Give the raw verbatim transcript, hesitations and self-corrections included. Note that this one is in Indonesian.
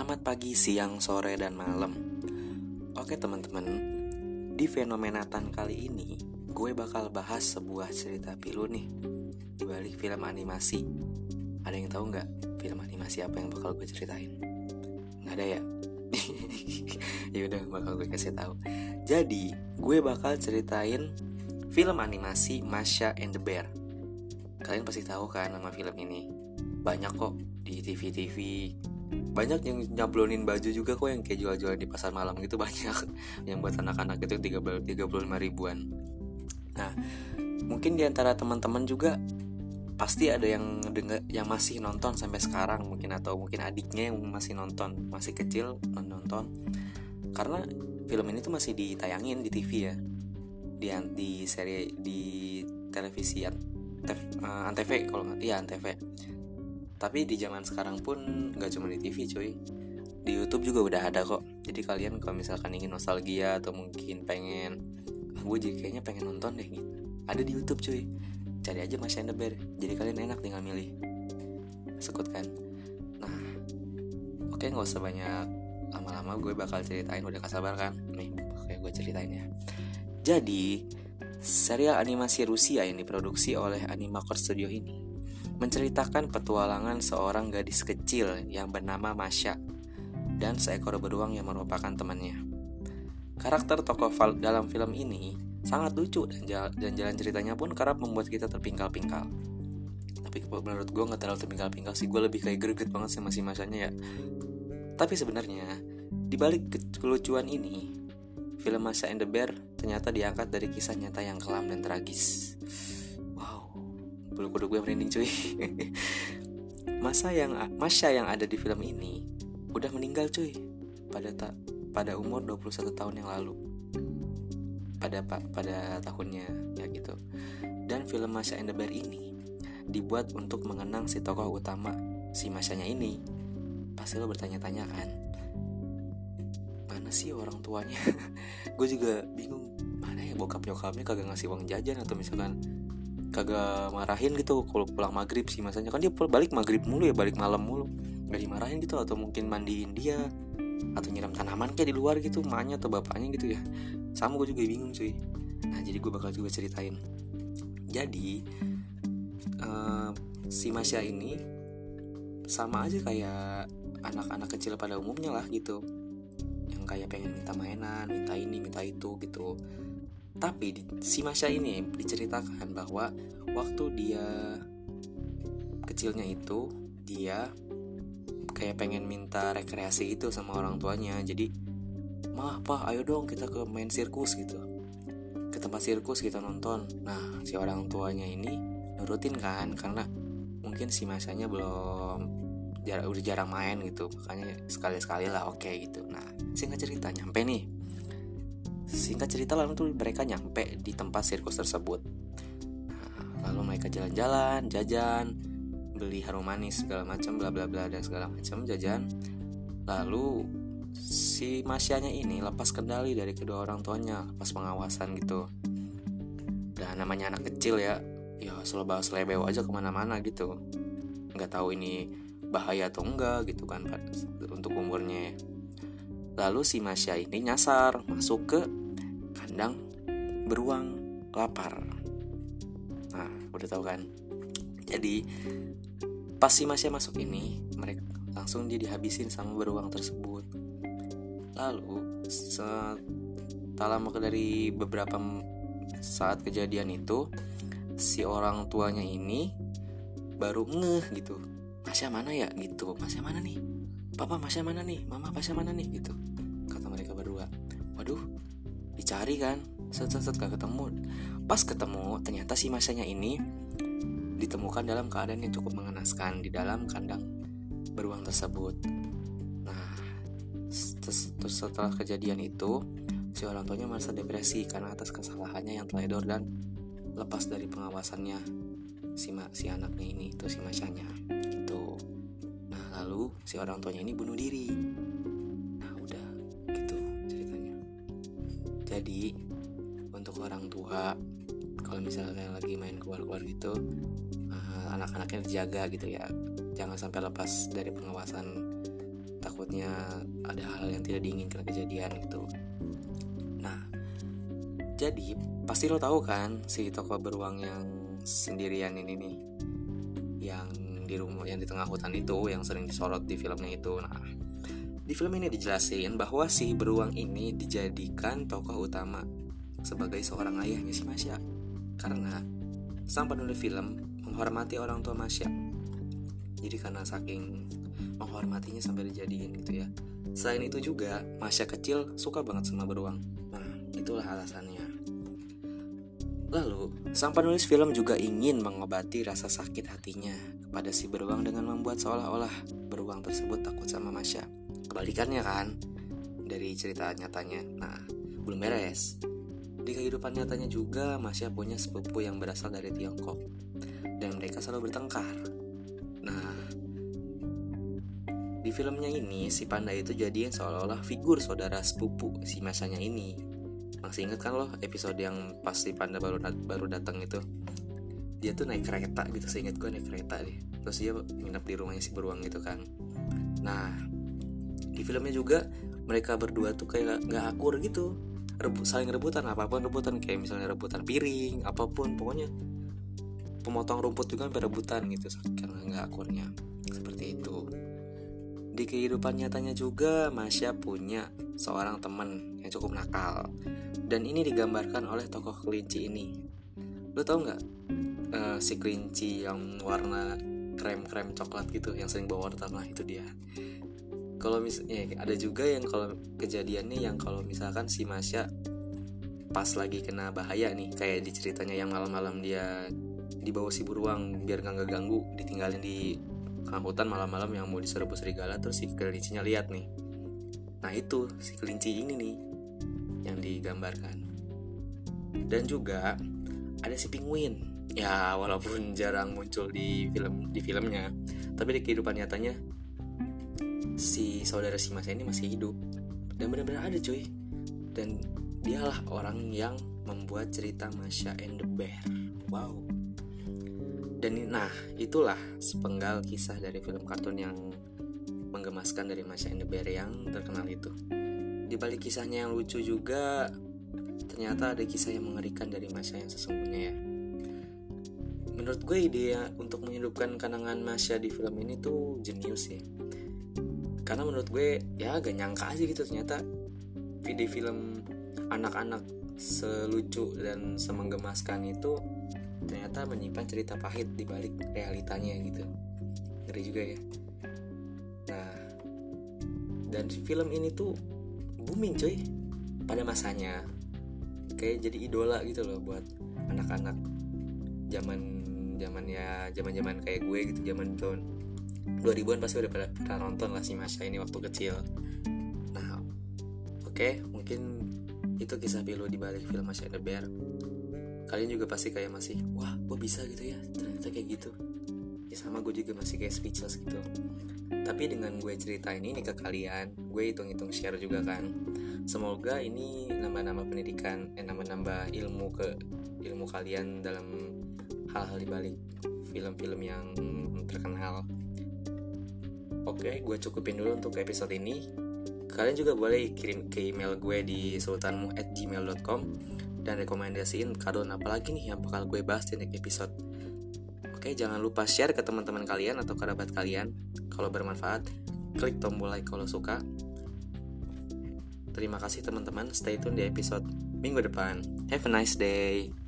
Selamat pagi, siang, sore, dan malam. Oke teman-teman, di Fenomenatan kali ini gue bakal bahas sebuah cerita pilu nih di balik film animasi. Ada yang tahu nggak film animasi apa yang bakal gue ceritain? Nggak ada ya? Ya udah, bakal gue kasih tahu. Jadi gue bakal ceritain film animasi Masha and the Bear. Kalian pasti tahu kan nama film ini? Banyak kok di T V-T V. Banyak yang nyablonin baju juga kok, yang kayak jual-jualan di pasar malam gitu banyak. Yang buat anak-anak itu tiga puluh lima ribuan. Nah, mungkin di antara teman-teman juga pasti ada yang denger, yang masih nonton sampai sekarang mungkin, atau mungkin adiknya yang masih nonton, masih kecil nonton. Karena film ini tuh masih ditayangin di T V ya. Di di seri di televisi Antv kalau nggak, iya Antv. Tapi di zaman sekarang pun gak cuma di T V cuy, di YouTube juga udah ada kok. Jadi kalian kalau misalkan ingin nostalgia atau mungkin pengen, ah, gue jadi kayaknya pengen nonton deh gitu, ada di YouTube cuy. Cari aja Masha and the Bear. Jadi kalian enak tinggal milih, sekut kan. Nah oke, gak usah banyak lama-lama, gue bakal ceritain. Udah gak sabar kan? Nih oke, gue ceritain ya. Jadi serial animasi Rusia yang diproduksi oleh Animacore Studio ini menceritakan petualangan seorang gadis kecil yang bernama Masha dan seekor beruang yang merupakan temannya. Karakter tokoh dalam film ini sangat lucu dan, jala- dan jalan ceritanya pun kerap membuat kita terpingkal-pingkal. Tapi menurut gue gak terlalu terpingkal-pingkal sih, gue lebih kayak greget banget sama si Mashanya ya. Tapi sebenarnya di balik kelucuan ini, film Masha and the Bear ternyata diangkat dari kisah nyata yang kelam dan tragis. Bulu kuduk gue merinding cuy. Masa yang Masha yang ada di film ini udah meninggal cuy pada ta, pada umur dua puluh satu tahun yang lalu. Pada pada tahunnya ya gitu. Dan film Masha and the Bear ini dibuat untuk mengenang si tokoh utama, si Mashanya ini. Pasti lo bertanya-tanya kan, mana sih orang tuanya? Gue juga bingung, mana ya bokap nyokapnya kagak ngasih uang jajan, atau misalkan kagak marahin gitu kalau pulang maghrib sih. Masanya kan dia balik maghrib mulu ya, balik malam mulu, gak dimarahin gitu. Atau mungkin mandiin dia, atau nyiram tanaman kayak di luar gitu, emaknya atau bapaknya gitu ya. Sama gue juga bingung cuy. Nah jadi gue bakal juga ceritain. Jadi uh, si Masha ini sama aja kayak anak-anak kecil pada umumnya lah gitu, yang kayak pengen minta mainan, minta ini, minta itu gitu. Tapi di, si Masha ini diceritakan bahwa waktu dia kecilnya itu, dia kayak pengen minta rekreasi gitu sama orang tuanya. Jadi, "Ma, Pa, ayo dong kita ke main sirkus gitu, ke tempat sirkus kita nonton." Nah si orang tuanya ini nurutin kan, karena mungkin si Mashanya belum jar- udah jarang main gitu, makanya sekali-sekali lah oke okay, gitu. Nah singkat cerita nyampe nih Singkat cerita lalu tuh mereka nyampe di tempat sirkus tersebut. Nah, lalu mereka jalan-jalan, jajan, beli harum manis segala macam, bla bla bla dan segala macam jajan. Lalu si Masyanya ini lepas kendali dari kedua orang tuanya, lepas pengawasan gitu. Dan namanya anak kecil ya, ya selebah-selebeu aja kemana-mana gitu. Nggak tahu ini bahaya atau enggak gitu kan untuk umurnya. Lalu si Masha ini nyasar masuk ke kandang beruang lapar. Nah udah tahu kan. Jadi pas si Masha masuk ini, mereka langsung dia dihabisin sama beruang tersebut. Lalu setelah dari beberapa saat kejadian itu, si orang tuanya ini baru ngeh gitu, Masha mana ya gitu, Masha mana nih, Papa Masha mana nih, Mama Masha mana nih gitu, kata mereka berdua. Waduh, dicari kan, set-set gak ketemu. Pas ketemu, ternyata si Mashanya ini ditemukan dalam keadaan yang cukup mengenaskan di dalam kandang beruang tersebut. Nah, terus setelah kejadian itu, si orang tuanya merasa depresi karena atas kesalahannya yang teledor dan lepas dari pengawasannya si ma- si anaknya ini, itu si Mashanya gitu. Nah, lalu si orang tuanya ini bunuh diri. Nah, udah gitu ceritanya. Jadi untuk orang tua, kalau misalnya lagi main keluar-keluar gitu, uh, anak-anaknya dijaga gitu ya, jangan sampai lepas dari pengawasan takutnya ada hal yang tidak diinginkan kejadian gitu. Nah, jadi pasti lo tahu kan si tokoh beruang yang sendirian ini nih, yang di rumah, yang di tengah hutan itu, yang sering disorot di filmnya itu. Nah, di film ini dijelasin bahwa si beruang ini dijadikan tokoh utama sebagai seorang ayahnya si Masya, karena sang penulis film menghormati orang tua Masya. Jadi karena saking menghormatinya sampai dijadiin gitu ya. Selain itu juga Masya kecil suka banget sama beruang. Nah, itulah alasannya. Lalu sang penulis film juga ingin mengobati rasa sakit hatinya kepada si beruang dengan membuat seolah-olah beruang tersebut takut sama Masya. Kebalikannya kan dari cerita nyatanya. Nah, belum beres. Di kehidupan nyatanya juga Masya punya sepupu yang berasal dari Tiongkok, dan mereka selalu bertengkar. Nah, di filmnya ini si panda itu jadiin seolah-olah figur saudara sepupu si Masyanya ini. Masih inget kan lo episode yang pas si panda baru dat- baru datang itu? Dia tuh naik kereta gitu, seinget gue naik kereta deh. Terus dia nginep di rumahnya si beruang gitu kan. Nah, di filmnya juga mereka berdua tuh kayak gak akur gitu, Rebu, saling rebutan, apapun rebutan, kayak misalnya rebutan piring, apapun, pokoknya pemotong rumput juga sampai rebutan gitu, karena gak akurnya. Seperti itu. Di kehidupan nyatanya juga Masya punya seorang teman yang cukup nakal, dan ini digambarkan oleh tokoh kelinci ini. Lo tau gak uh, si kelinci yang warna krem-krem coklat gitu, yang sering bawa wortel? Nah itu dia. Kalau misalnya ada juga yang kalau kejadiannya yang kalau misalkan si Masya pas lagi kena bahaya nih, kayak di ceritanya yang malam-malam dia dibawa si beruang biar gak ngeganggu, ditinggalin di tengah hutan malam-malam yang mau diserbu serigala, terus si kelincinya lihat nih. Nah itu si kelinci ini nih yang digambarkan. Dan juga ada si penguin. Ya walaupun jarang muncul di film di filmnya, tapi di kehidupan nyatanya si saudara si Masya ini masih hidup dan benar-benar ada cuy. Dan dialah orang yang membuat cerita Masya and the Bear. Wow. Dan nah itulah sepenggal kisah dari film kartun yang menggemaskan dari Masya and the Bear yang terkenal itu. Di balik kisahnya yang lucu juga ternyata ada kisah yang mengerikan dari Masya yang sesungguhnya ya. Menurut gue ide untuk menghidupkan kenangan Masya di film ini tuh jenius ya. Karena menurut gue ya agak nyangka aja gitu, ternyata video film anak-anak selucu dan semenggemaskan itu ternyata menyimpan cerita pahit di balik realitanya gitu. Ngeri juga ya. Nah, dan film ini tuh booming coy pada masanya. Kayak jadi idola gitu loh buat anak-anak zaman zaman ya zaman-zaman kayak gue gitu, zaman tahun dua ribuan pasti udah pernah, pernah nonton lah si Masya ini waktu kecil. Nah, oke, okay, mungkin itu kisah pilu di balik film Masya and the Bear. Kalian juga pasti kayak masih, wah, kok bisa gitu ya? Ternyata kayak gitu. Ya sama, gue juga masih kayak speechless gitu. Tapi dengan gue ceritain ini ke kalian, gue hitung-hitung share juga kan. Semoga ini nambah-nambah pendidikan, eh nambah-nambah ilmu ke ilmu kalian dalam hal-hal di balik film-film yang terkenal. Oke, gue cukupin dulu untuk episode ini. Kalian juga boleh kirim ke email gue di sultanmu at gmail dot com dan rekomendasiin kartun apa lagi nih yang bakal gue bahas di next episode. Oke, jangan lupa share ke teman-teman kalian atau kerabat kalian kalau bermanfaat. Klik tombol like kalau suka. Terima kasih teman-teman, stay tune di episode minggu depan. Have a nice day.